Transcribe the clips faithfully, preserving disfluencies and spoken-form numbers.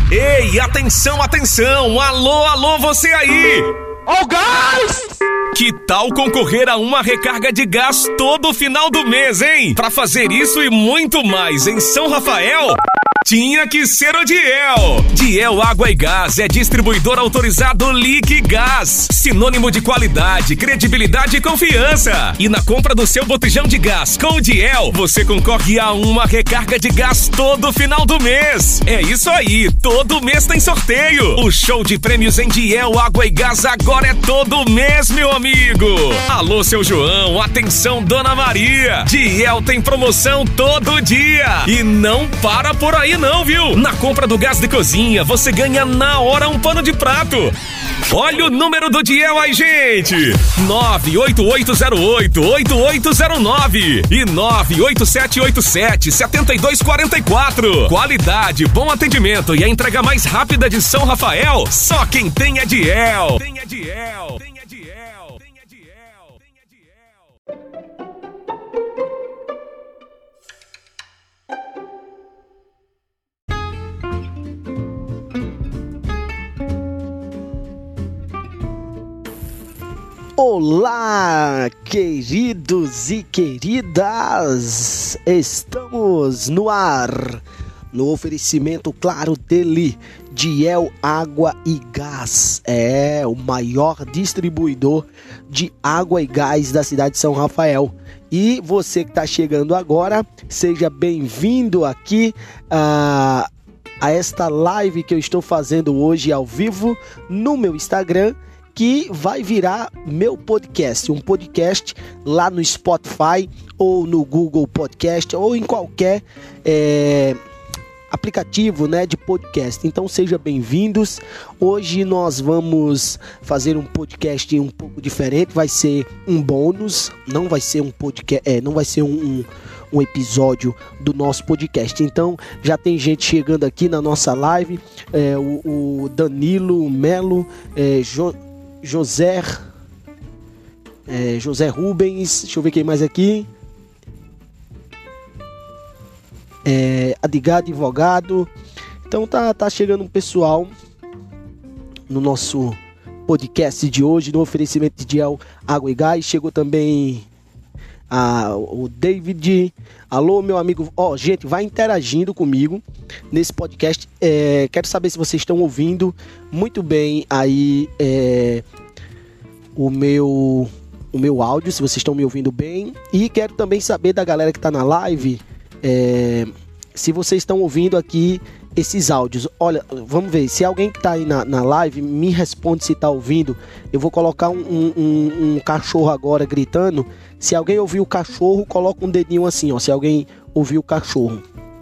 Ei, atenção, atenção! Alô, alô, você aí! Ó o gás! Que tal concorrer a uma recarga de gás todo final do mês, hein? Pra fazer isso e muito mais em São Rafael, tinha que ser o Diel. Diel Água e Gás é distribuidor autorizado Liquigás, sinônimo de qualidade, credibilidade e confiança. E na compra do seu botijão de gás com o Diel, você concorre a uma recarga de gás todo final do mês. É isso aí, todo mês tem sorteio. O show de prêmios em Diel Água e Gás agora é todo mês, meu amigo. Alô, seu João, atenção, Dona Maria. Diel tem promoção todo dia. E não para por aí não, viu? Na compra do gás de cozinha, você ganha na hora um pano de prato. Olha o número do Diel aí, gente. nove oito oito zero oito oito oito zero nove e nove oito sete oito sete sete dois quatro quatro. Qualidade, bom atendimento e a entrega mais rápida de São Rafael, só quem tem é Diel. Tem é Diel. Tem é Diel. Tem é Diel. Tem é Diel. Olá, queridos e queridas, estamos no ar, no oferecimento, claro, dele, Diel Água e Gás, é o maior distribuidor de água e gás da cidade de São Rafael. E você que está chegando agora, seja bem-vindo aqui a, a esta live que eu estou fazendo hoje ao vivo no meu Instagram, que vai virar meu podcast, um podcast lá no Spotify ou no Google Podcast ou em qualquer é, aplicativo, né, de podcast. Então sejam bem-vindos. Hoje nós vamos fazer um podcast um pouco diferente, vai ser um bônus, não vai ser um podcast, é, não vai ser um, um, um episódio do nosso podcast. Então já tem gente chegando aqui na nossa live, é, o, o Danilo Melo, é, Jo José, é, José Rubens, deixa eu ver quem mais aqui, é, Adigar Advogado. Então tá, tá chegando um pessoal no nosso podcast de hoje, no oferecimento de Diel Água e Gás. Chegou também a, o David. Alô, meu amigo. Ó, oh, gente, vai interagindo comigo nesse podcast. É, quero saber se vocês estão ouvindo muito bem aí é, o meu o meu áudio, se vocês estão me ouvindo bem. E quero também saber da galera que está na live é, se vocês estão ouvindo aqui esses áudios. Olha, vamos ver, se alguém que está aí na, na live me responde se está ouvindo. Eu vou colocar um, um, um, um cachorro agora gritando. Se alguém ouvir o cachorro, coloca um dedinho assim, ó. Se alguém ouvir o cachorro.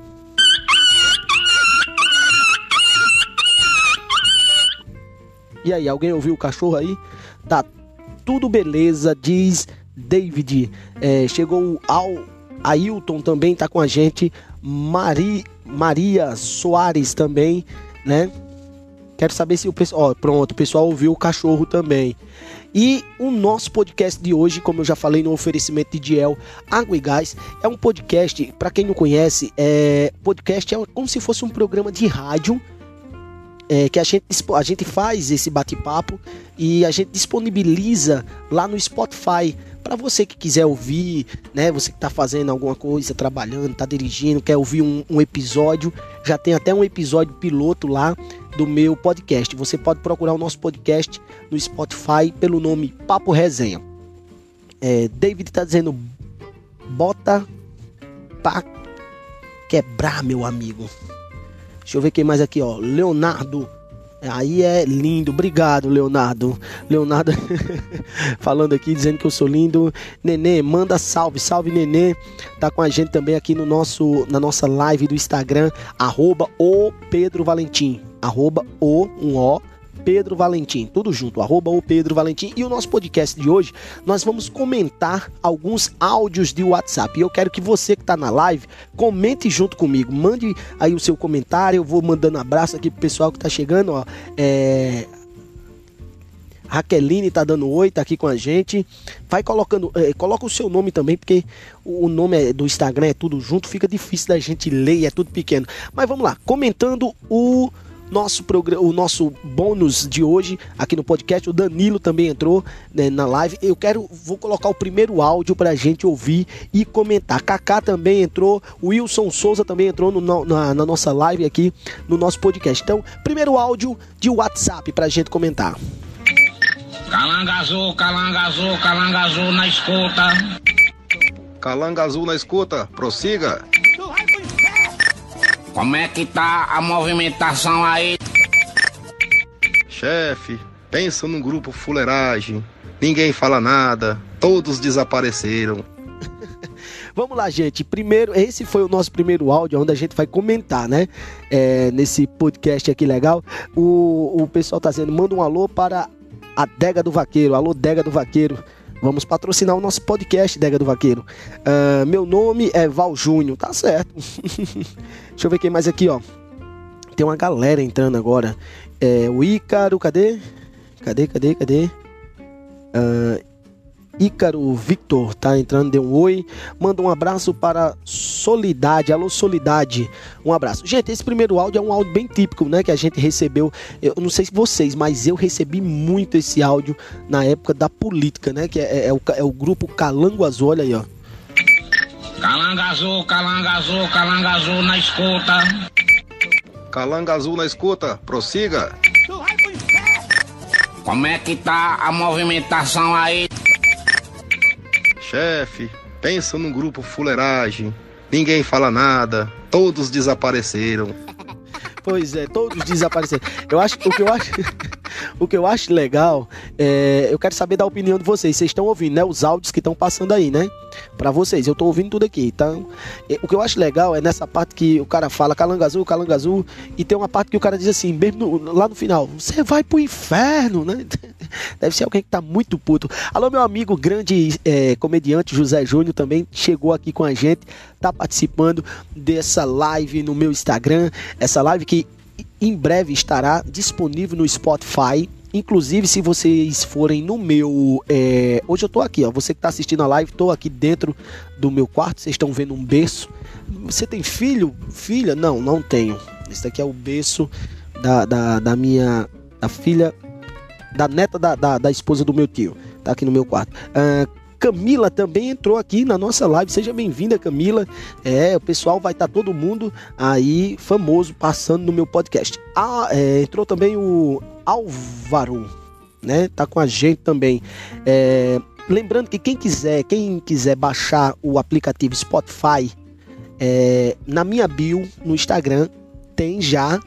E aí, alguém ouviu o cachorro aí? Tá tudo beleza, diz David. É, chegou o Al, Ailton também tá com a gente. Mari, Maria Soares também, né? Quero saber se o pessoal... Ó, pronto, o pessoal ouviu o cachorro também. E o nosso podcast de hoje, como eu já falei no oferecimento de Diel Água e Gás, é um podcast, para quem não conhece, é, podcast é como se fosse um programa de rádio, é, que a gente, a gente faz esse bate-papo e a gente disponibiliza lá no Spotify. Para você que quiser ouvir, né? Você que está fazendo alguma coisa, trabalhando, está dirigindo, quer ouvir um, um episódio, já tem até um episódio piloto lá do meu podcast. Você pode procurar o nosso podcast no Spotify pelo nome Papo Resenha. É, David está dizendo, bota pra quebrar, meu amigo. Deixa eu ver quem mais aqui, ó. Leonardo. Aí é lindo, obrigado, Leonardo. Leonardo falando aqui, dizendo que eu sou lindo. Nenê, manda salve, salve Nenê. Tá com a gente também aqui no nosso, na nossa live do Instagram, arroba o Pedro Valentim, arroba o, um O, Pedro Valentim, tudo junto, arroba o Pedro Valentim. E o nosso podcast de hoje, nós vamos comentar alguns áudios de WhatsApp. E eu quero que você que está na live, comente junto comigo, mande aí o seu comentário. Eu vou mandando abraço aqui pro pessoal que está chegando, ó. É... Raqueline tá dando oi, tá aqui com a gente. Vai colocando, é, coloca o seu nome também, porque o nome do Instagram é tudo junto, fica difícil da gente ler, é tudo pequeno. Mas vamos lá, comentando o nosso programa, o nosso bônus de hoje aqui no podcast. O Danilo também entrou, né, na live. Eu quero, vou colocar o primeiro áudio pra gente ouvir e comentar. Kaká também entrou, o Wilson Souza também entrou no, na, na nossa live aqui no nosso podcast. Então, primeiro áudio de WhatsApp pra gente comentar. Calanga azul, calanga azul, calanga azul na escuta. Calanga azul na escuta, prossiga. Como é que tá a movimentação aí? Chefe, pensa num grupo fuleiragem. Ninguém fala nada, todos desapareceram. Vamos lá, gente. Primeiro, esse foi o nosso primeiro áudio, onde a gente vai comentar, né? É, nesse podcast aqui legal. O, o pessoal tá dizendo, manda um alô para a Dega do Vaqueiro. Alô, Dega do Vaqueiro. Vamos patrocinar o nosso podcast, Dega do Vaqueiro. Uh, meu nome é Val Júnior, tá certo. Deixa eu ver quem mais aqui, ó. Tem uma galera entrando agora. É, o Ícaro, cadê? Cadê, cadê, cadê? Uh, Ícaro Victor tá entrando, deu um oi. Manda um abraço para Solidade. Alô, Solidade. Um abraço. Gente, esse primeiro áudio é um áudio bem típico, né? Que a gente recebeu. Eu não sei se vocês, mas eu recebi muito esse áudio na época da política, né? Que é, é, o, é o grupo Calango Azul. Olha aí, ó. Calanga azul, calanga azul, calanga azul na escuta. Calanga azul na escuta, prossiga. Como é que tá a movimentação aí? Chefe, pensa num grupo fuleiragem. Ninguém fala nada, todos desapareceram. Pois é, todos desapareceram. Eu acho, o que eu acho, o que eu acho legal, é, eu quero saber da opinião de vocês. Vocês estão ouvindo, né? Os áudios que estão passando aí, né? Pra vocês, eu tô ouvindo tudo aqui. Então, o que eu acho legal é nessa parte que o cara fala Calanga Azul, Calanga Azul, e tem uma parte que o cara diz assim, mesmo no, lá no final, você vai pro inferno, né? Deve ser alguém que tá muito puto. Alô, meu amigo grande é, comediante José Júnior também chegou aqui com a gente, tá participando dessa live no meu Instagram, essa live que em breve estará disponível no Spotify. Inclusive, se vocês forem no meu... É... Hoje eu tô aqui, ó. Você que tá assistindo a live, tô aqui dentro do meu quarto. Vocês estão vendo um berço. Você tem filho? Filha? Não, não tenho. Esse daqui é o berço da, da, da minha... Da filha... Da neta da, da, da esposa do meu tio. Tá aqui no meu quarto. Ah... Camila também entrou aqui na nossa live. Seja bem-vinda, Camila. É, o pessoal vai estar, tá todo mundo aí famoso passando no meu podcast. Ah, é, entrou também o Álvaro, né? Tá com a gente também. É, lembrando que quem quiser, quem quiser baixar o aplicativo Spotify, é, na minha bio no Instagram tem já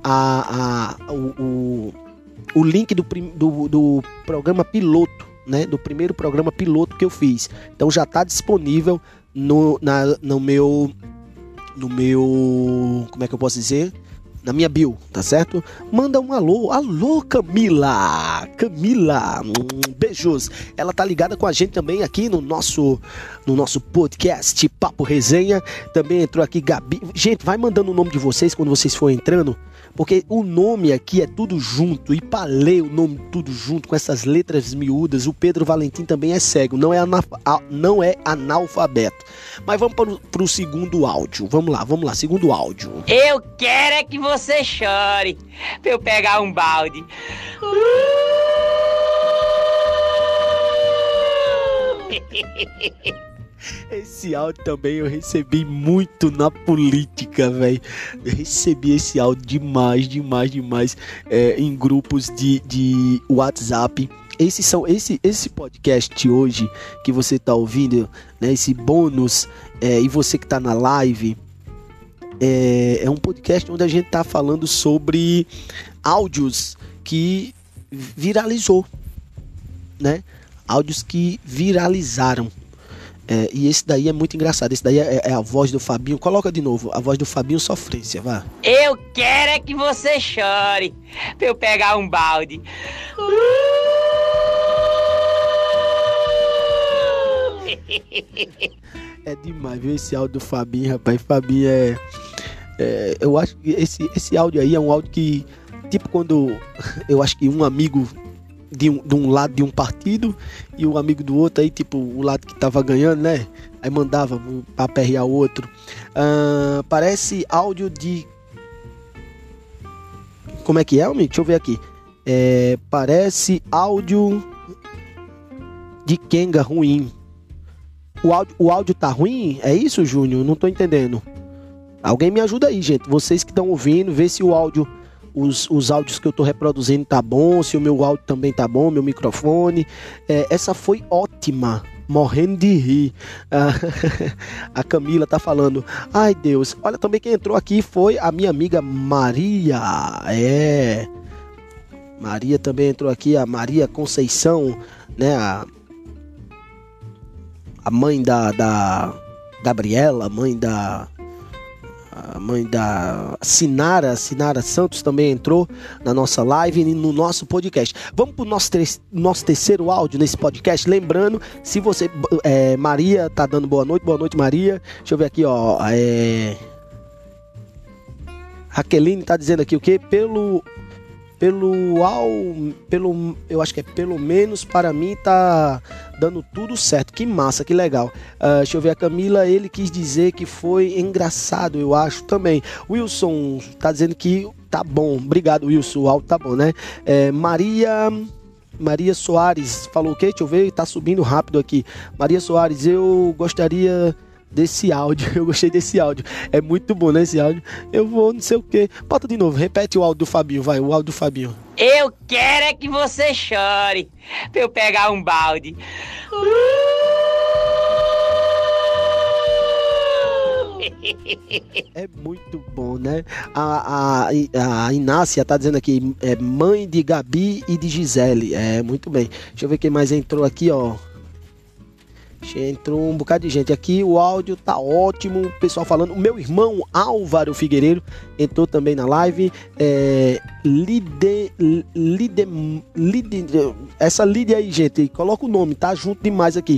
a, a, o, o, o link do, do, do programa piloto, né, do primeiro programa piloto que eu fiz. Então já está disponível no, na, no meu no meu como é que eu posso dizer? Na minha bio, tá certo? Manda um alô, alô Camila, Camila, hum, beijos. Ela tá ligada com a gente também aqui no nosso no nosso podcast Papo Resenha. Também entrou aqui Gabi. Gente, vai mandando o nome de vocês quando vocês forem entrando, porque o nome aqui é tudo junto, e para ler o nome tudo junto, com essas letras miúdas, o Pedro Valentim também é cego, não é, anaf- não é analfabeto. Mas vamos para o segundo áudio, vamos lá, vamos lá, segundo áudio. Eu quero é que você chore, pra eu pegar um balde. Esse áudio também eu recebi muito na política, velho. Eu recebi esse áudio demais, demais, demais é, em grupos de, de WhatsApp. Esses são, esse, esse podcast hoje que você tá ouvindo, né, esse bônus, é, e você que tá na live, é, é um podcast onde a gente tá falando sobre áudios que viralizou, né? Áudios que viralizaram. É, e esse daí é muito engraçado. Esse daí é, é a voz do Fabinho. Coloca de novo, a voz do Fabinho Sofrência, vá. Eu quero é que você chore, pra eu pegar um balde. É demais, viu? Esse áudio do Fabinho, rapaz. Fabinho é, é... Eu acho que esse, esse áudio aí é um áudio que... Tipo quando... Eu acho que um amigo... De um, de um lado de um partido e o amigo do outro aí, tipo, o lado que tava ganhando, né? Aí mandava pra aperrear o outro. Uh, parece áudio de... Como é que é, homem? Deixa eu ver aqui. É, parece áudio de Kenga ruim. O áudio, o áudio tá ruim? É isso, Júnior? Não tô entendendo. Alguém me ajuda aí, gente. Vocês que estão ouvindo, vê se o áudio, os, os áudios que eu tô reproduzindo tá bom, se o meu áudio também tá bom, meu microfone. É, essa foi ótima. Morrendo de rir. Ah, a Camila tá falando. Ai, Deus. Olha, também quem entrou aqui foi a minha amiga Maria. É. Maria também entrou aqui. A Maria Conceição, né? A, a mãe da, da Gabriela, mãe da... A mãe da Sinara, Sinara Santos também entrou na nossa live e no nosso podcast. Vamos pro nosso, tre- nosso terceiro áudio nesse podcast. Lembrando, se você... É, Maria tá dando boa noite. Boa noite, Maria. Deixa eu ver aqui, ó. É... Raqueline tá dizendo aqui o quê? Pelo... Pelo ao, pelo, eu acho que é pelo menos para mim tá dando tudo certo. Que massa, que legal. Uh, deixa eu ver a Camila, ele quis dizer que foi engraçado, eu acho também. Wilson tá dizendo que tá bom. Obrigado, Wilson. O áudio tá bom, né? É, Maria... Maria Soares falou o quê? Deixa eu ver, tá subindo rápido aqui. Maria Soares, eu gostaria... desse áudio, eu gostei desse áudio, é muito bom, né, esse áudio. Eu vou não sei o que, bota de novo, repete o áudio do Fabinho, vai, o áudio do Fabinho. Eu quero é que você chore pra eu pegar um balde. É muito bom, né? A, a, a Inácia tá dizendo aqui, é mãe de Gabi e de Gisele, é, muito bem. Deixa eu ver quem mais entrou aqui, ó. Entrou um bocado de gente aqui, o áudio tá ótimo, o pessoal falando. O meu irmão Álvaro Figueiredo entrou também na live. É, Lide, Lide, Lide, essa Lide aí, gente, coloca o nome, tá junto demais aqui.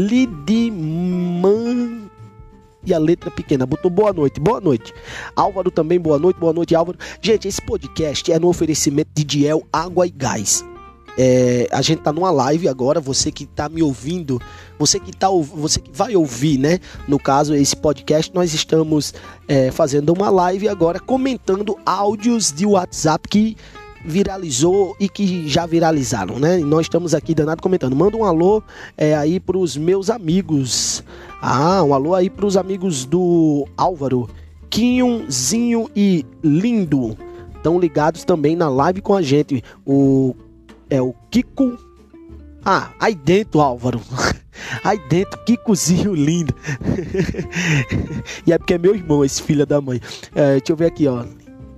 Lideman e a letra pequena, botou boa noite, boa noite. Álvaro também, boa noite, boa noite, Álvaro. Gente, esse podcast é no oferecimento de Diel Água e Gás. É, a gente tá numa live agora, você que tá me ouvindo, você que, tá, você que vai ouvir, né? No caso, esse podcast, nós estamos é, fazendo uma live agora, comentando áudios de WhatsApp que viralizou e que já viralizaram, né? E nós estamos aqui danado comentando. Manda um alô é, aí pros meus amigos. Ah, um alô aí pros amigos do Álvaro, Quinhozinho e Lindo. Estão ligados também na live com a gente. O É o Kiko. Ah, aí dentro, Álvaro. Aí dentro, Kikozinho lindo. E é porque é meu irmão, esse filho da mãe. É, deixa eu ver aqui, ó.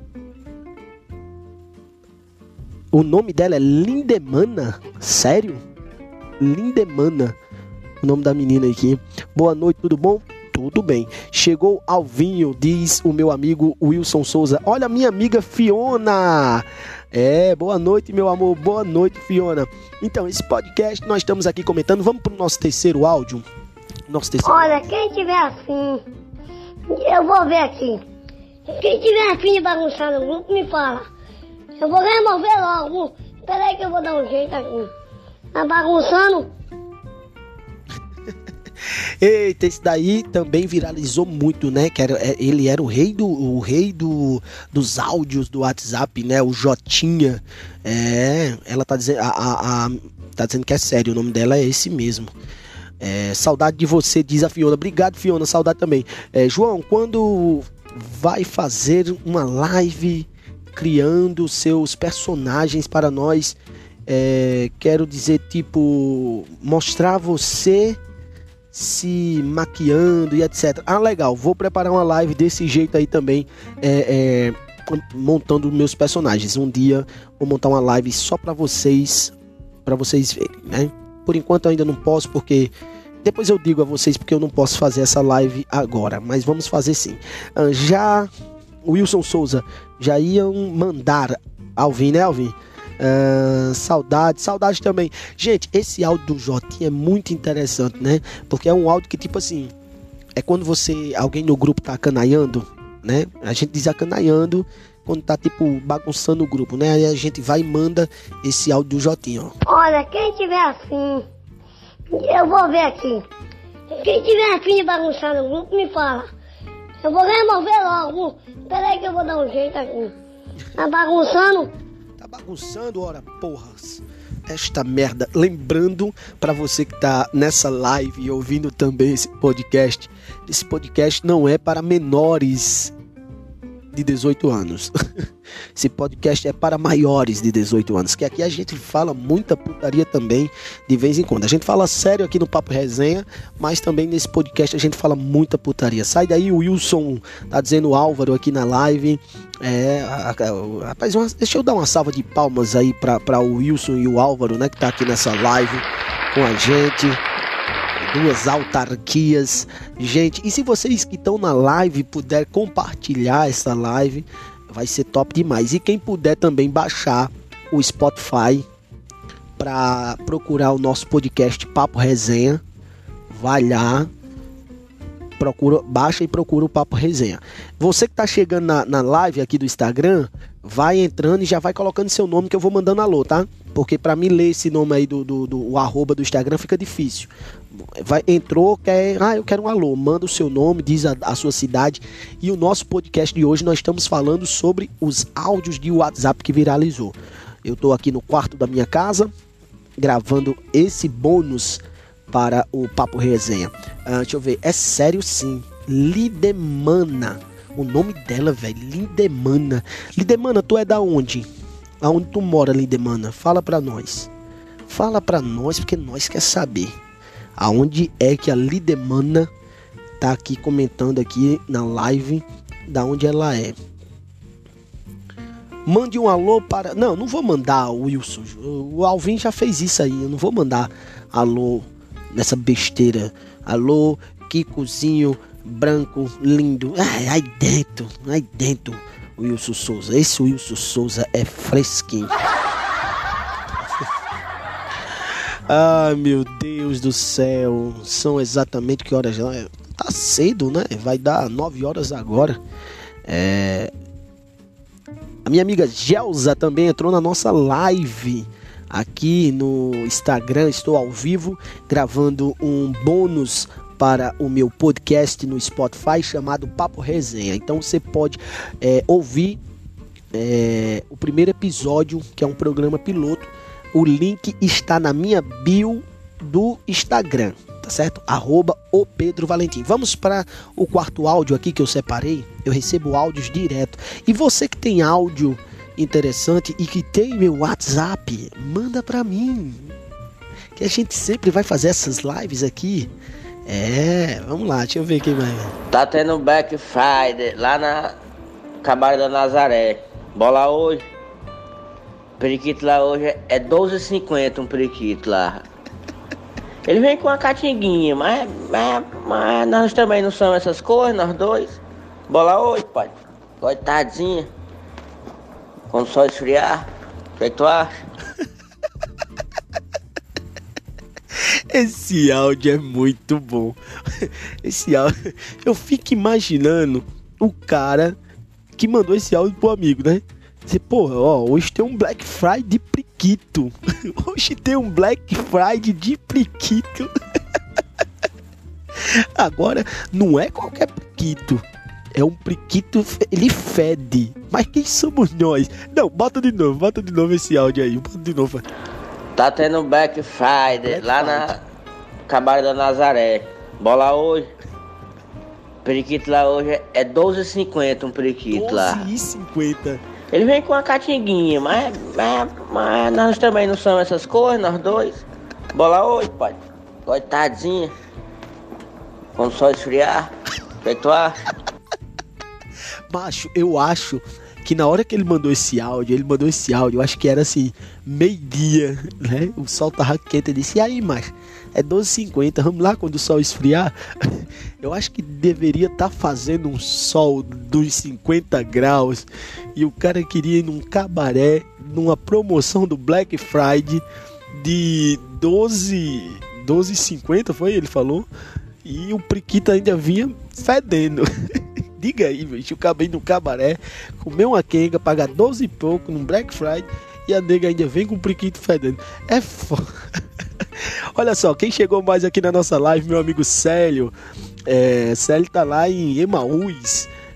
O nome dela é Lindemana? Sério? Lindemana. O nome da menina aqui. Boa noite, tudo bom? Tudo bem. Chegou Alvinho, diz o meu amigo Wilson Souza. Olha a minha amiga Fiona. É, boa noite, meu amor. Boa noite, Fiona. Então, esse podcast nós estamos aqui comentando. Vamos para o nosso terceiro áudio. Nosso terceiro Olha, áudio. quem tiver afim, eu vou ver aqui. Quem tiver afim de bagunçar no grupo, me fala. Eu vou remover logo. Espera aí que eu vou dar um jeito aqui. Tá bagunçando? Eita, esse daí também viralizou muito, né? Que era, ele era o rei, do, o rei do, dos áudios do WhatsApp, né? O Jotinha. É, ela tá dizendo, a, a, a, tá dizendo que é sério, o nome dela é esse mesmo. É, saudade de você, diz a Fiona. Obrigado, Fiona, saudade também. É, João, quando vai fazer uma live criando seus personagens para nós? É, quero dizer, tipo, mostrar você se maquiando e etcétera. Ah, legal, vou preparar uma live desse jeito aí também, é, é, montando meus personagens. Um dia vou montar uma live só pra vocês, pra vocês verem, né? Por enquanto eu ainda não posso, porque depois eu digo a vocês porque eu não posso fazer essa live agora, mas vamos fazer sim. Ah, já Wilson Souza, já iam mandar Alvin, né, Alvin? Uh, saudade, saudade também. Gente, esse áudio do Jotinha é muito interessante, né? Porque é um áudio que, tipo assim, é quando você, alguém no grupo tá acanaiando, né? A gente diz acanaiando quando tá, tipo, bagunçando o grupo, né? Aí a gente vai e manda esse áudio do Jotinha, ó. Olha, quem tiver afim, eu vou ver aqui. Quem tiver afim de bagunçar no grupo, me fala. Eu vou remover logo. Espera aí que eu vou dar um jeito aqui. Tá bagunçando? Tá bagunçando, ora, porras. Esta merda. Lembrando pra você que tá nessa live e ouvindo também esse podcast, esse podcast não é para menores de dezoito anos. Esse podcast é para maiores de dezoito anos, que aqui a gente fala muita putaria também de vez em quando. A gente fala sério aqui no Papo Resenha, mas também nesse podcast a gente fala muita putaria. Sai daí, o Wilson tá dizendo, o Álvaro aqui na live. É, rapaz, uma, deixa eu dar uma salva de palmas aí para o Wilson e o Álvaro, né, que tá aqui nessa live com a gente. Duas autarquias. Gente, e se vocês que estão na live puder compartilhar essa live, vai ser top demais. E quem puder também baixar o Spotify para procurar o nosso podcast Papo Resenha, vai lá, procura, baixa e procura o Papo Resenha. Você que tá chegando na, na live aqui do Instagram, vai entrando e já vai colocando seu nome que eu vou mandando alô, tá? Porque para mim ler esse nome aí do, do, do o arroba do Instagram fica difícil. Vai, entrou, quer, ah, eu quero um alô, manda o seu nome, diz a, a sua cidade. E o nosso podcast de hoje nós estamos falando sobre os áudios de WhatsApp que viralizou. Eu tô aqui no quarto da minha casa gravando esse bônus para o Papo Resenha. Ah, deixa eu ver, é sério sim, Lidemana, o nome dela, velho, Lidemana. Lidemana, tu é da onde? Aonde tu mora, Lidemana? Fala pra nós. Fala pra nós, porque nós quer saber. Aonde é que a Lidemana tá aqui comentando aqui na live, da onde ela é. Mande um alô para... Não, não vou mandar, Wilson. O Alvin já fez isso aí. Eu não vou mandar alô nessa besteira. Alô, Kikozinho, branco, lindo. Ai, aí dentro, aí dentro. Wilson Souza. Esse Wilson Souza é fresquinho. Ai, meu Deus do céu. São exatamente que horas já? Tá cedo, né? Vai dar nove horas agora. É... A minha amiga Gelza também entrou na nossa live aqui no Instagram. Estou ao vivo gravando um bônus para o meu podcast no Spotify chamado Papo Resenha. Então você pode é, ouvir é, o primeiro episódio, que é um programa piloto. O link está na minha bio do Instagram, tá certo? Arroba o Pedro Valentim. Vamos para o quarto áudio aqui que eu separei. Eu recebo áudios direto. E você que tem áudio interessante e que tem meu WhatsApp, manda para mim, que a gente sempre vai fazer essas lives aqui. É, vamos lá, deixa eu ver quem vai. Tá tendo Black Friday lá na Cabaré da Nazaré. Bola hoje. Periquito lá hoje é doze reais e cinquenta um periquito lá. Ele vem com uma catinguinha, mas, mas, mas nós também não somos essas coisas, nós dois. Bola hoje, pai. Coitadinha. Quando só esfriar, o que tu acha? Esse áudio é muito bom. Esse áudio, eu fico imaginando o cara que mandou esse áudio pro amigo, né? Você, porra, ó, hoje tem um Black Friday de priquito. Hoje tem um Black Friday de priquito. Agora, não é qualquer priquito. É um priquito, ele fede. Mas quem somos nós? Não, bota de novo, bota de novo esse áudio aí. Bota de novo. Tá tendo Black Friday Black lá Friday. Na Cabaré da Nazaré. Bola hoje. Periquito lá hoje é doze reais e cinquenta um periquito lá. doze reais e cinquenta. Ele vem com uma catinguinha, mas, mas, mas nós também não somos essas coisas, nós dois. Bola hoje, pai. Coitadinha. Quando só esfriar, o que tu acha? Macho, eu acho que na hora que ele mandou esse áudio, ele mandou esse áudio, eu acho que era assim, meio-dia, né? O sol tava quente, eu disse, e aí, macho? É doze reais e cinquenta, vamos lá quando o sol esfriar? Eu acho que deveria estar tá fazendo um sol dos cinquenta graus e o cara queria ir num cabaré, numa promoção do Black Friday de doze reais e cinquenta, foi? Ele falou. E o priquito ainda vinha fedendo. Diga aí, bicho, eu acabei no cabaré, comer uma quenga, pagar doze e pouco num Black Friday e a nega ainda vem com o priquito fedendo. É foda. Olha só, quem chegou mais aqui na nossa live, meu amigo Célio. É, Célio tá lá em Emaús,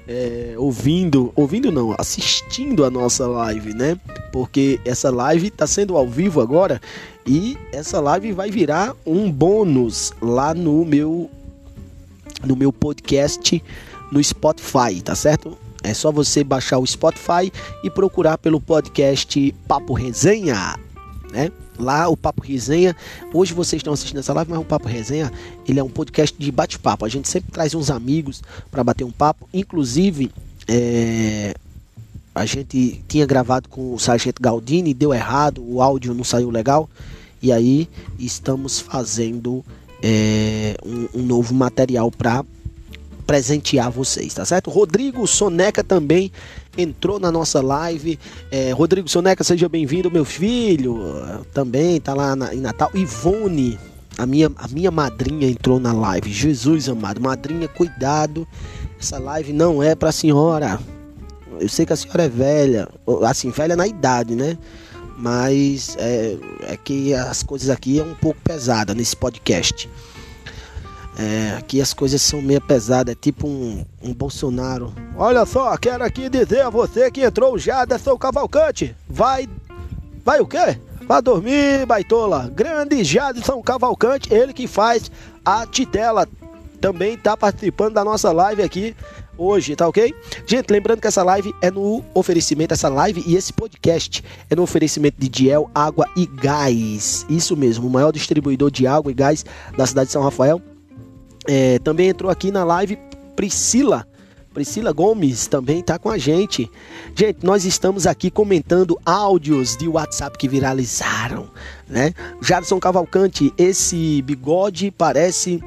é, ouvindo, ouvindo não, assistindo a nossa live, né? Porque essa live está sendo ao vivo agora e essa live vai virar um bônus lá no meu, no meu podcast no Spotify, tá certo? É só você baixar o Spotify e procurar pelo podcast Papo Resenha, né? Lá o Papo Resenha, hoje vocês estão assistindo essa live, mas o Papo Resenha, ele é um podcast de bate-papo. A gente sempre traz uns amigos para bater um papo. Inclusive, é, a gente tinha gravado com o Sargento Galdini, deu errado, o áudio não saiu legal. E aí estamos fazendo é, um, um novo material para presentear vocês, tá certo? Rodrigo Soneca também entrou na nossa live. é, Rodrigo Soneca, seja bem-vindo, meu filho, também tá lá na, em Natal. Ivone, a minha, a minha madrinha entrou na live. Jesus amado, madrinha, cuidado, essa live não é pra senhora. Eu sei que a senhora é velha, assim, velha na idade, né? Mas é, é que as coisas aqui é um pouco pesada nesse podcast. É, aqui as coisas são meio pesadas, é tipo um, um Bolsonaro. Olha só, quero aqui dizer a você que entrou o Jaderson Cavalcante. Vai, vai o quê? Vai dormir, baitola. Grande Jaderson Cavalcante, ele que faz a Titela. Também tá participando da nossa live aqui hoje, tá ok? Gente, lembrando que essa live é no oferecimento, essa live e esse podcast é no oferecimento de Diel Água e Gás. Isso mesmo, o maior distribuidor de água e gás da cidade de São Rafael. É, também entrou aqui na live Priscila, Priscila Gomes também está com a gente. Gente, nós estamos aqui comentando áudios de WhatsApp que viralizaram, né? Jadson Cavalcante, esse bigode parece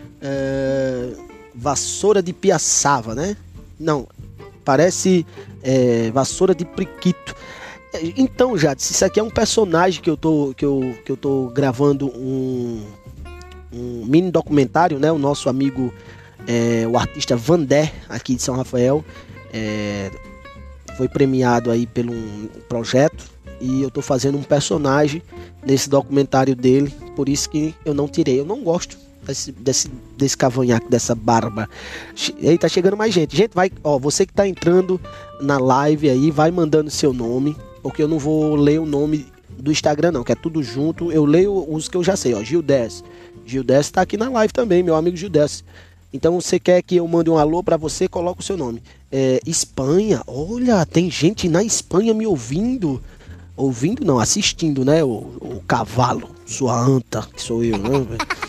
é, vassoura de piaçava, né? Não, parece é, vassoura de priquito. Então, Jadson, isso aqui é um personagem que eu tô, que eu, que eu tô gravando um... um mini documentário, né? O nosso amigo, é, o artista Vandé, aqui de São Rafael, é, foi premiado aí pelo um projeto e eu tô fazendo um personagem nesse documentário dele, por isso que eu não tirei. Eu não gosto desse, desse, desse cavanhaque, dessa barba. Aí tá chegando mais gente. Gente, vai, ó, você que tá entrando na live aí, vai mandando seu nome, porque eu não vou ler o nome do Instagram não, que é tudo junto. Eu leio os que eu já sei, ó, Gildes. Gildes tá aqui na live também, meu amigo Gildes. Então você quer que eu mande um alô pra você, coloca o seu nome. É, Espanha, olha, tem gente na Espanha me ouvindo. Ouvindo não, assistindo, né? O, o cavalo, sua anta, que sou eu, né?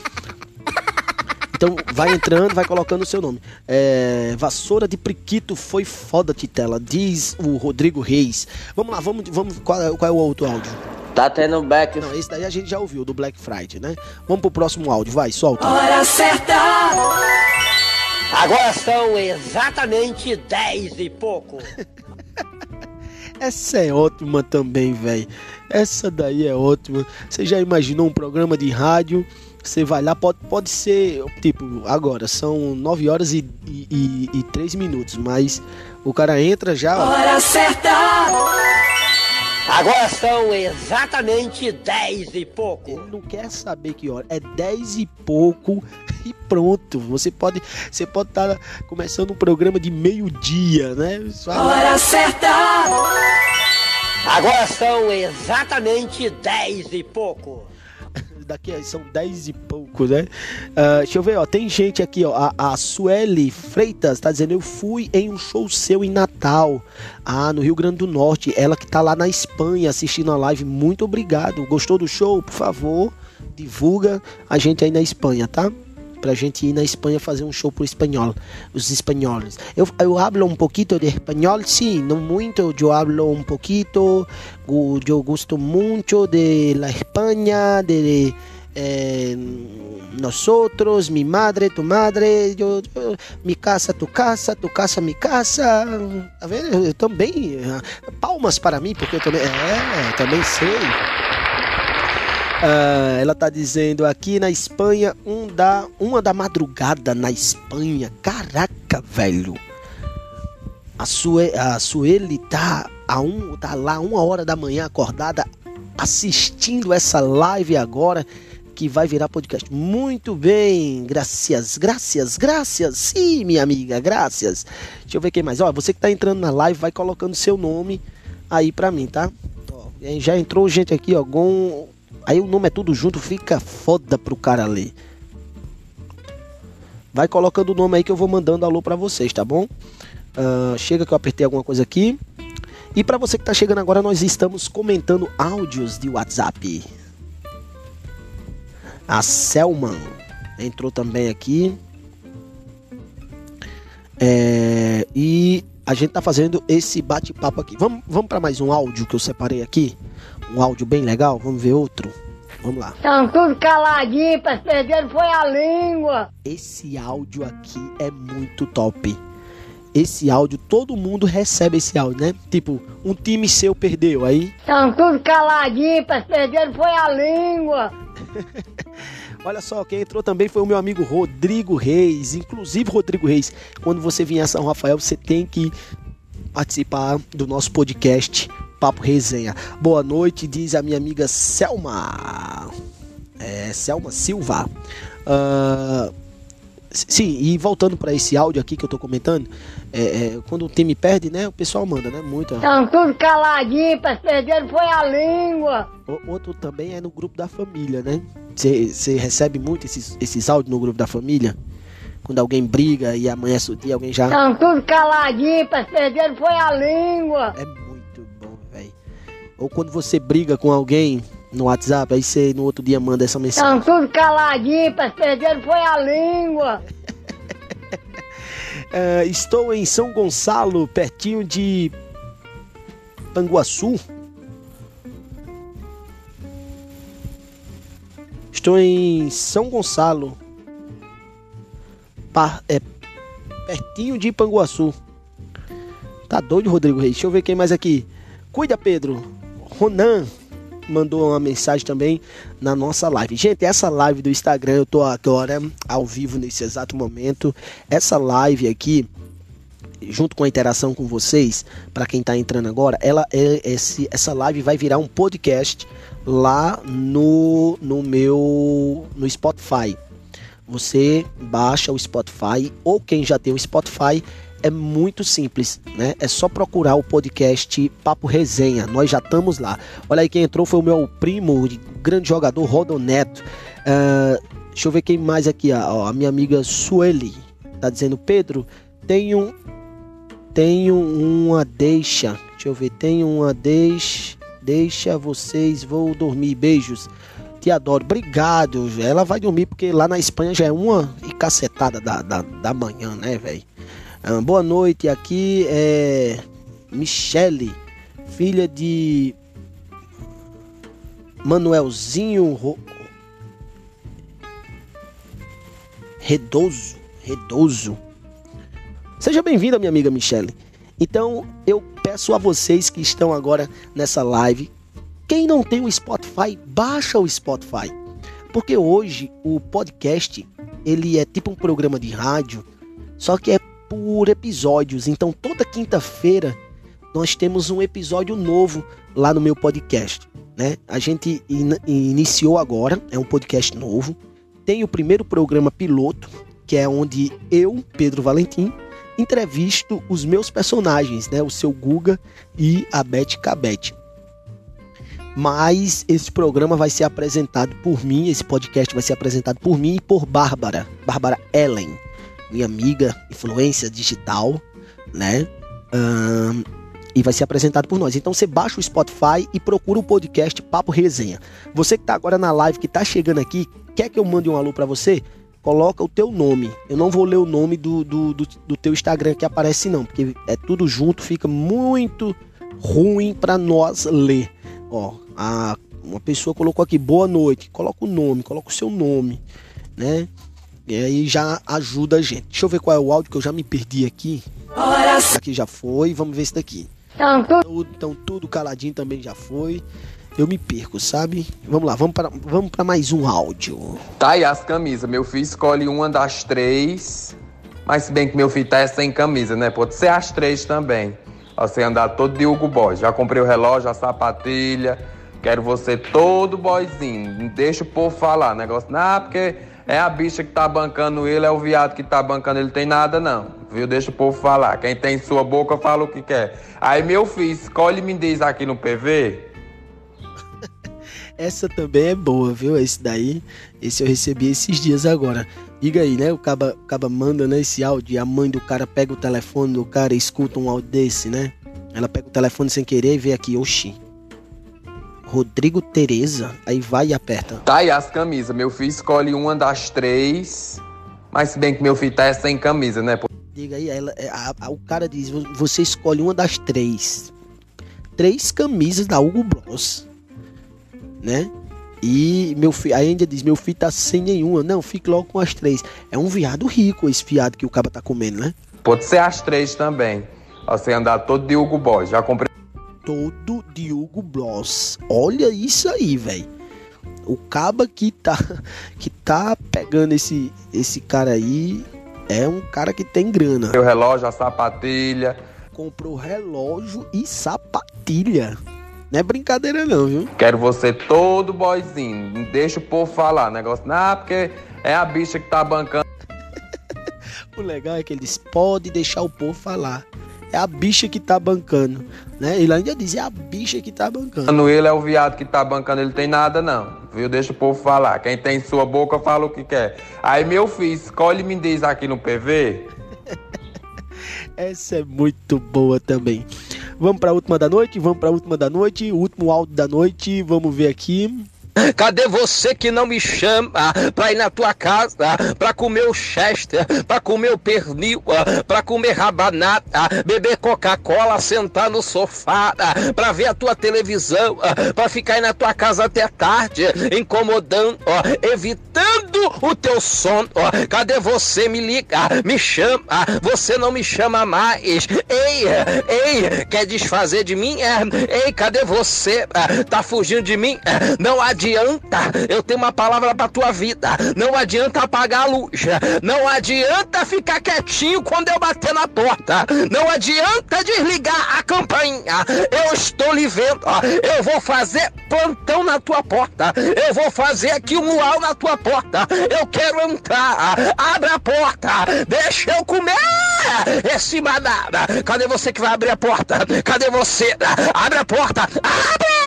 Então vai entrando, vai colocando o seu nome. É, vassoura de priquito foi foda, Titela, diz o Rodrigo Reis. Vamos lá, vamos, vamos qual, é, qual é o outro áudio? Tá tendo back. Não, esse daí a gente já ouviu, do Black Friday, né? Vamos pro próximo áudio, vai, solta. Hora certa! Agora são exatamente dez e pouco. Essa é ótima também, velho. Essa daí é ótima. Você já imaginou um programa de rádio? Você vai lá, pode, pode ser, tipo, agora são nove horas e, e, e três minutos, mas o cara entra já... Ó. Hora certa! Agora são exatamente dez e pouco. Ele não quer saber que hora, é dez e pouco e pronto. Você pode você pode estar começando um programa de meio-dia, né? Hora certa! Agora são exatamente dez e pouco. Daqui são dez e pouco, né? Uh, deixa eu ver, ó. Tem gente aqui, ó. A, a Sueli Freitas tá dizendo: eu fui em um show seu em Natal, ah, no Rio Grande do Norte. Ela que tá lá na Espanha assistindo a live. Muito obrigado. Gostou do show? Por favor, divulga a gente aí na Espanha, tá? Pra gente ir na Espanha fazer um show pro espanhol, os espanhóis. Eu, eu hablo um pouquinho de espanhol, sim, não muito. Eu hablo um pouquinho. Eu gosto muito de la Espanha, de eh, nosotros, mi madre, tu madre, eu, eu, mi casa, tu casa, tu casa, mi casa. Tá vendo? Eu também. Palmas para mim, porque eu também. É, também sei. Uh, ela tá dizendo aqui na Espanha, um da, uma da madrugada na Espanha. Caraca, velho. A, Sue, a Sueli tá, a um, tá lá uma hora da manhã acordada assistindo essa live agora. que vai virar podcast. Muito bem, graças, graças, graças. Sim, minha amiga, graças. Deixa eu ver quem mais. Ó, você que tá entrando na live, vai colocando seu nome aí pra mim, tá? Ó, já entrou gente aqui, ó. Gon... Aí o nome é tudo junto, fica foda pro cara ler. Vai colocando o nome aí que eu vou mandando alô pra vocês, tá bom? Uh, chega que eu apertei alguma coisa aqui. E pra você que tá chegando agora, nós estamos comentando áudios de WhatsApp. A Selman entrou também aqui. É, e a gente tá fazendo esse bate-papo aqui. Vamos, vamos para mais um áudio que eu separei aqui. Um áudio bem legal. Vamos ver outro. Vamos lá. Estão tudo caladinho, pra perder foi a língua. Esse áudio aqui é muito top. Esse áudio, todo mundo recebe esse áudio, né? Tipo, um time seu perdeu aí. Estão tudo caladinho, pra perder foi a língua. Olha só, quem entrou também foi o meu amigo Rodrigo Reis. Inclusive, Rodrigo Reis, quando você vier a São Rafael, você tem que participar do nosso podcast Papo Resenha. Boa noite, diz a minha amiga Selma. É, Selma Silva. Uh, sim, e voltando para esse áudio aqui que eu tô comentando, é, é, quando o time perde, né, o pessoal manda, né, muito. Estão tudo caladinho, pra perder foi a língua. O, outro também é no grupo da família, né? Você recebe muito esses, esses áudios no grupo da família? Quando alguém briga e amanhece o dia, alguém já... Estão tudo caladinho, pra perder foi a língua. É muito bom, velho. Ou quando você briga com alguém no WhatsApp, aí você no outro dia manda essa mensagem. Estão tudo caladinho, pra perder foi a língua. uh, estou em São Gonçalo, pertinho de Panguaçu. Estou em São Gonçalo, pa, é, pertinho de Panguaçu. Tá doido, Rodrigo Reis? Deixa eu ver quem mais aqui. Cuida, Pedro. Ronan mandou uma mensagem também na nossa live. Gente, essa live do Instagram, eu tô agora ao vivo nesse exato momento. Essa live aqui, junto com a interação com vocês, para quem tá entrando agora, ela é, esse, essa live vai virar um podcast lá no, no meu no Spotify. Você baixa o Spotify, ou quem já tem o Spotify, é muito simples, né? É só procurar o podcast Papo Resenha. Nós já estamos lá. Olha aí, quem entrou foi o meu primo, grande jogador, Rodoneto. Uh, deixa eu ver quem mais aqui. Ó, a minha amiga Sueli tá dizendo: Pedro, tenho, tenho uma deixa. Deixa eu ver, tenho uma deixa. Deixa vocês, vou dormir. Beijos. Te adoro. Obrigado. Ela vai dormir porque lá na Espanha já é uma e cacetada da, da, da manhã, né, velho? Ah, boa noite. Aqui é Michele, filha de Manuelzinho Ro... Redoso. Redoso. Seja bem-vinda, minha amiga Michele. Então, eu peço a vocês que estão agora nessa live, quem não tem o Spotify, baixa o Spotify. Porque hoje o podcast, ele é tipo um programa de rádio, só que é por episódios. Então, toda quinta-feira nós temos um episódio novo lá no meu podcast, né? A gente in- iniciou agora, é um podcast novo. Tem o primeiro programa piloto, que é onde eu, Pedro Valentim, entrevisto os meus personagens, né? O seu Guga e a Beth Cabete. Mas esse programa vai ser apresentado por mim, esse podcast vai ser apresentado por mim e por Bárbara, Bárbara Ellen, minha amiga, influência digital, né? Um, e vai ser apresentado por nós. Então você baixa o Spotify e procura o podcast Papo Resenha. Você que tá agora na live, que tá chegando aqui, quer que eu mande um alô pra você? Coloca o teu nome. Eu não vou ler o nome do, do, do, do teu Instagram que aparece não, porque é tudo junto, fica muito ruim pra nós ler. Ó, a, uma pessoa colocou aqui, boa noite, coloca o nome, coloca o seu nome, né? E aí já ajuda a gente. Deixa eu ver qual é o áudio que eu já me perdi aqui. Aqui já foi, vamos ver esse daqui. Então, então tudo caladinho também já foi. Eu me perco, sabe? Vamos lá, vamos para vamos para mais um áudio. Tá aí as camisas. Meu filho escolhe uma das três. Mas se bem que meu filho tá sem camisa, né? Pode ser as três também. Você andar todo de Hugo Boss. Já comprei o relógio, a sapatilha, Quero você todo boyzinho. Não deixa o povo falar. Negócio, não, porque é a bicha que tá bancando ele, é o viado que tá bancando ele. Tem nada não, viu? Deixa o povo falar. Quem tem sua boca fala o que quer. Aí, meu filho, escolhe e me diz aqui no P V. Essa também é boa, viu? Esse daí, esse eu recebi esses dias agora. Diga aí, né? O caba, o caba manda, né, esse áudio. A mãe do cara pega o telefone do cara e escuta um áudio desse, né? Ela pega o telefone sem querer e vê aqui, oxi. Rodrigo Tereza, aí vai e aperta. Tá aí as camisas, meu filho escolhe uma das três, mas se bem que meu filho tá sem camisa, né? Diga aí, ela, a, a, o cara diz, você escolhe uma das três. Três camisas da Hugo Boss, né? E meu filho, aí ainda diz, meu filho tá sem nenhuma. Não, fique logo com as três. É um viado rico esse viado que o cara tá comendo, né? Pode ser as três também. Você andar todo de Hugo Boss, já comprei. Todo de Hugo Boss. Olha isso aí, velho. O caba que tá, que tá pegando esse, esse cara aí é um cara que tem grana. O relógio, a sapatilha. Comprou relógio e sapatilha. Não é brincadeira não, viu? Quero você todo boyzinho. Não deixa o povo falar. Negócio, não, porque é a bicha que tá bancando. O legal é que eles podem deixar o povo falar. É a bicha que tá bancando, né? Ele ainda diz, é a bicha que tá bancando. Ele é o viado que tá bancando, ele tem nada não, viu? Deixa o povo falar. Quem tem sua boca fala o que quer. Aí, meu filho, escolhe e me diz aqui no P V. Essa é muito boa também. Vamos pra última da noite? Vamos pra última da noite. O último áudio da noite. Vamos ver aqui. Cadê você que não me chama pra ir na tua casa, pra comer o Chester, pra comer o pernil, pra comer rabanada, beber Coca-Cola, sentar no sofá, pra ver a tua televisão, pra ficar aí na tua casa até tarde, incomodando, evitando o teu sono? Cadê você? Me liga, me chama, você não me chama mais. Ei, ei, quer desfazer de mim? Ei, cadê você? Tá fugindo de mim? Não adianta, eu tenho uma palavra pra tua vida. Não adianta apagar a luz. Não adianta ficar quietinho quando eu bater na porta. Não adianta desligar a campainha. Eu estou lhe vendo. Eu vou fazer plantão na tua porta. Eu vou fazer aqui um luau na tua porta. Eu quero entrar. Abre a porta. Deixa eu comer esse manada. Cadê você que vai abrir a porta? Cadê você? Abre a porta. Abre!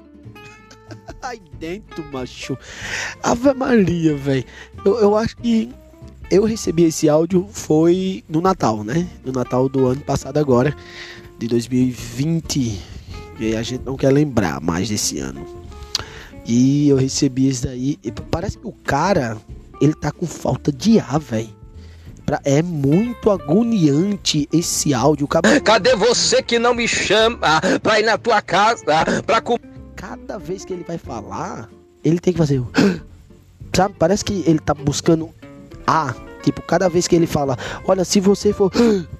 Aí dentro, macho. Ave Maria, velho. Eu, eu acho que eu recebi esse áudio foi no Natal, né? No Natal do ano passado agora, de dois mil e vinte. E a gente não quer lembrar mais desse ano. E eu recebi esse daí. E parece que o cara, ele tá com falta de ar, velho. É muito agoniante esse áudio. Cadê você que não me chama pra ir na tua casa, pra comer? Cada vez que ele vai falar, ele tem que fazer, sabe, parece que ele tá buscando A, tipo, cada vez que ele fala, olha, se você for,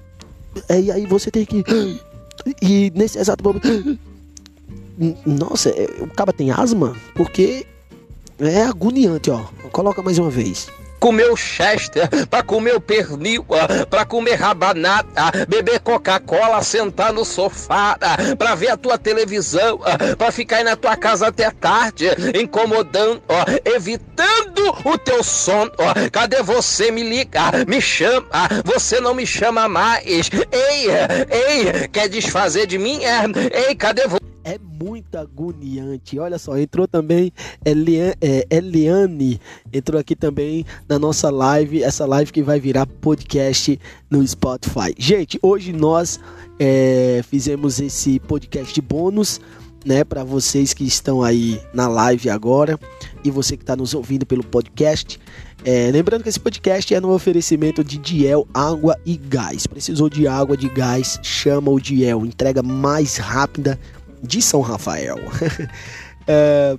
e aí você tem que, e nesse exato momento, nossa, o cara tem asma, porque é agoniante, ó, coloca mais uma vez. Comer o Chester, pra comer o pernil, pra comer rabanada, beber Coca-Cola, sentar no sofá, pra ver a tua televisão, pra ficar aí na tua casa até tarde, incomodando, evitando o teu sono. Cadê você? Me liga, me chama, você não me chama mais. Ei, ei, quer desfazer de mim? Ei, cadê você? É muito agoniante. Olha só, entrou também Eliane, é, Eliane, entrou aqui também na nossa live, essa live que vai virar podcast no Spotify. Gente, hoje nós é, fizemos esse podcast bônus, né, para vocês que estão aí na live agora e você que está nos ouvindo pelo podcast. É, lembrando que esse podcast é no oferecimento de Diel Água e Gás. Precisou de água, de gás, chama o Diel, entrega mais rápida de São Rafael. é...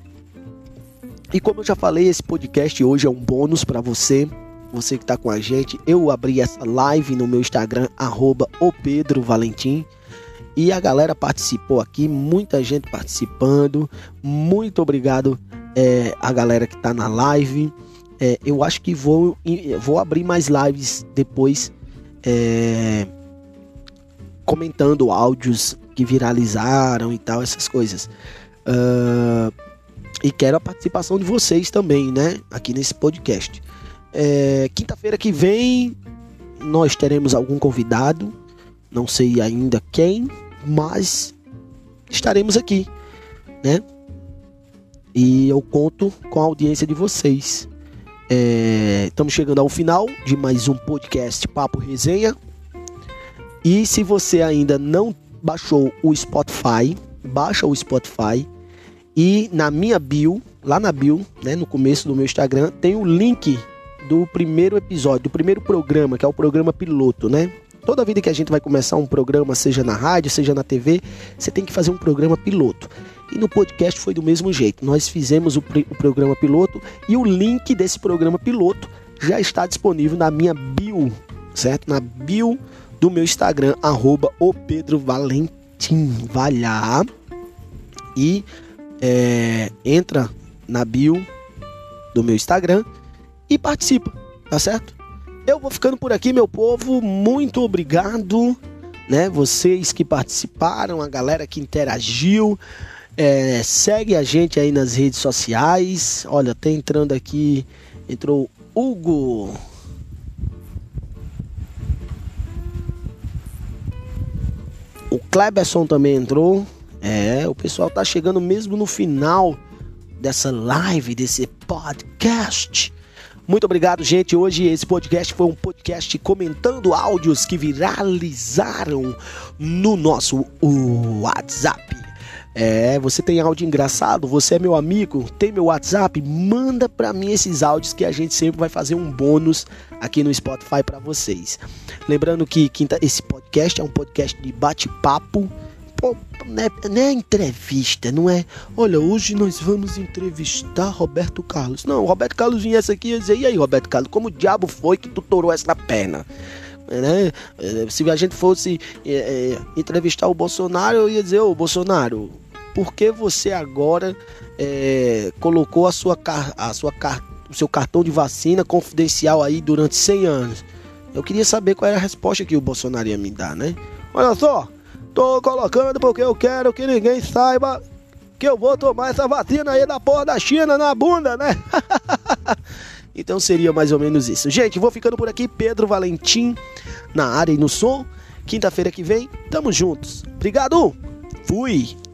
E como eu já falei, esse podcast hoje é um bônus para você, você que está com a gente. Eu abri essa live no meu Instagram, arroba o Pedro Valentim, e a galera participou aqui, muita gente participando. Muito obrigado é, a galera que está na live. É, eu acho que vou, vou abrir mais lives depois, é, comentando áudios que viralizaram e tal, essas coisas. Uh, e quero a participação de vocês também, né? Aqui nesse podcast. É, quinta-feira que vem nós teremos algum convidado. Não sei ainda quem, mas estaremos aqui, né? E eu conto com a audiência de vocês. É, estamos chegando ao final de mais um podcast Papo Resenha. E se você ainda não baixou o Spotify, baixa o Spotify. E na minha bio, lá na bio, né, no começo do meu Instagram, tem o link do primeiro episódio, do primeiro programa, que é o programa piloto, né? Toda vida que a gente vai começar um programa, seja na rádio, seja na T V, você tem que fazer um programa piloto. E no podcast foi do mesmo jeito. Nós fizemos o, o programa piloto e o link desse programa piloto já está disponível na minha bio, certo? Na bio do meu Instagram, arroba o Pedro Valentim. Vai lá e é, entra na bio do meu Instagram e participa, tá certo? Eu vou ficando por aqui, meu povo. Muito obrigado, né? Vocês que participaram, a galera que interagiu. É, segue a gente aí nas redes sociais. Olha, tá entrando aqui. Entrou Hugo. O Kleberson também entrou. É, o pessoal tá chegando mesmo no final dessa live, desse podcast. Muito obrigado, gente. Hoje esse podcast foi um podcast comentando áudios que viralizaram no nosso WhatsApp. É, você tem áudio engraçado? Você é meu amigo? Tem meu WhatsApp? Manda pra mim esses áudios que a gente sempre vai fazer um bônus aqui no Spotify pra vocês. Lembrando que quinta, esse podcast é um podcast de bate-papo. Pô, não é, não é entrevista, não é? Olha, hoje nós vamos entrevistar Roberto Carlos. Não, o Roberto Carlos vinha essa aqui e ia dizer: e aí, Roberto Carlos, como o diabo foi que tu torou essa perna? Né? Se a gente fosse é, é, entrevistar o Bolsonaro, eu ia dizer: ô Bolsonaro, por que você agora é, colocou a sua, a sua, o seu cartão de vacina confidencial aí durante cem anos? Eu queria saber qual era a resposta que o Bolsonaro ia me dar, né? Olha só, tô colocando porque eu quero que ninguém saiba que eu vou tomar essa vacina aí da porra da China na bunda, né? Então seria mais ou menos isso. Gente, vou ficando por aqui. Pedro Valentim na área e no som. Quinta-feira que vem, tamo juntos. Obrigado. Fui.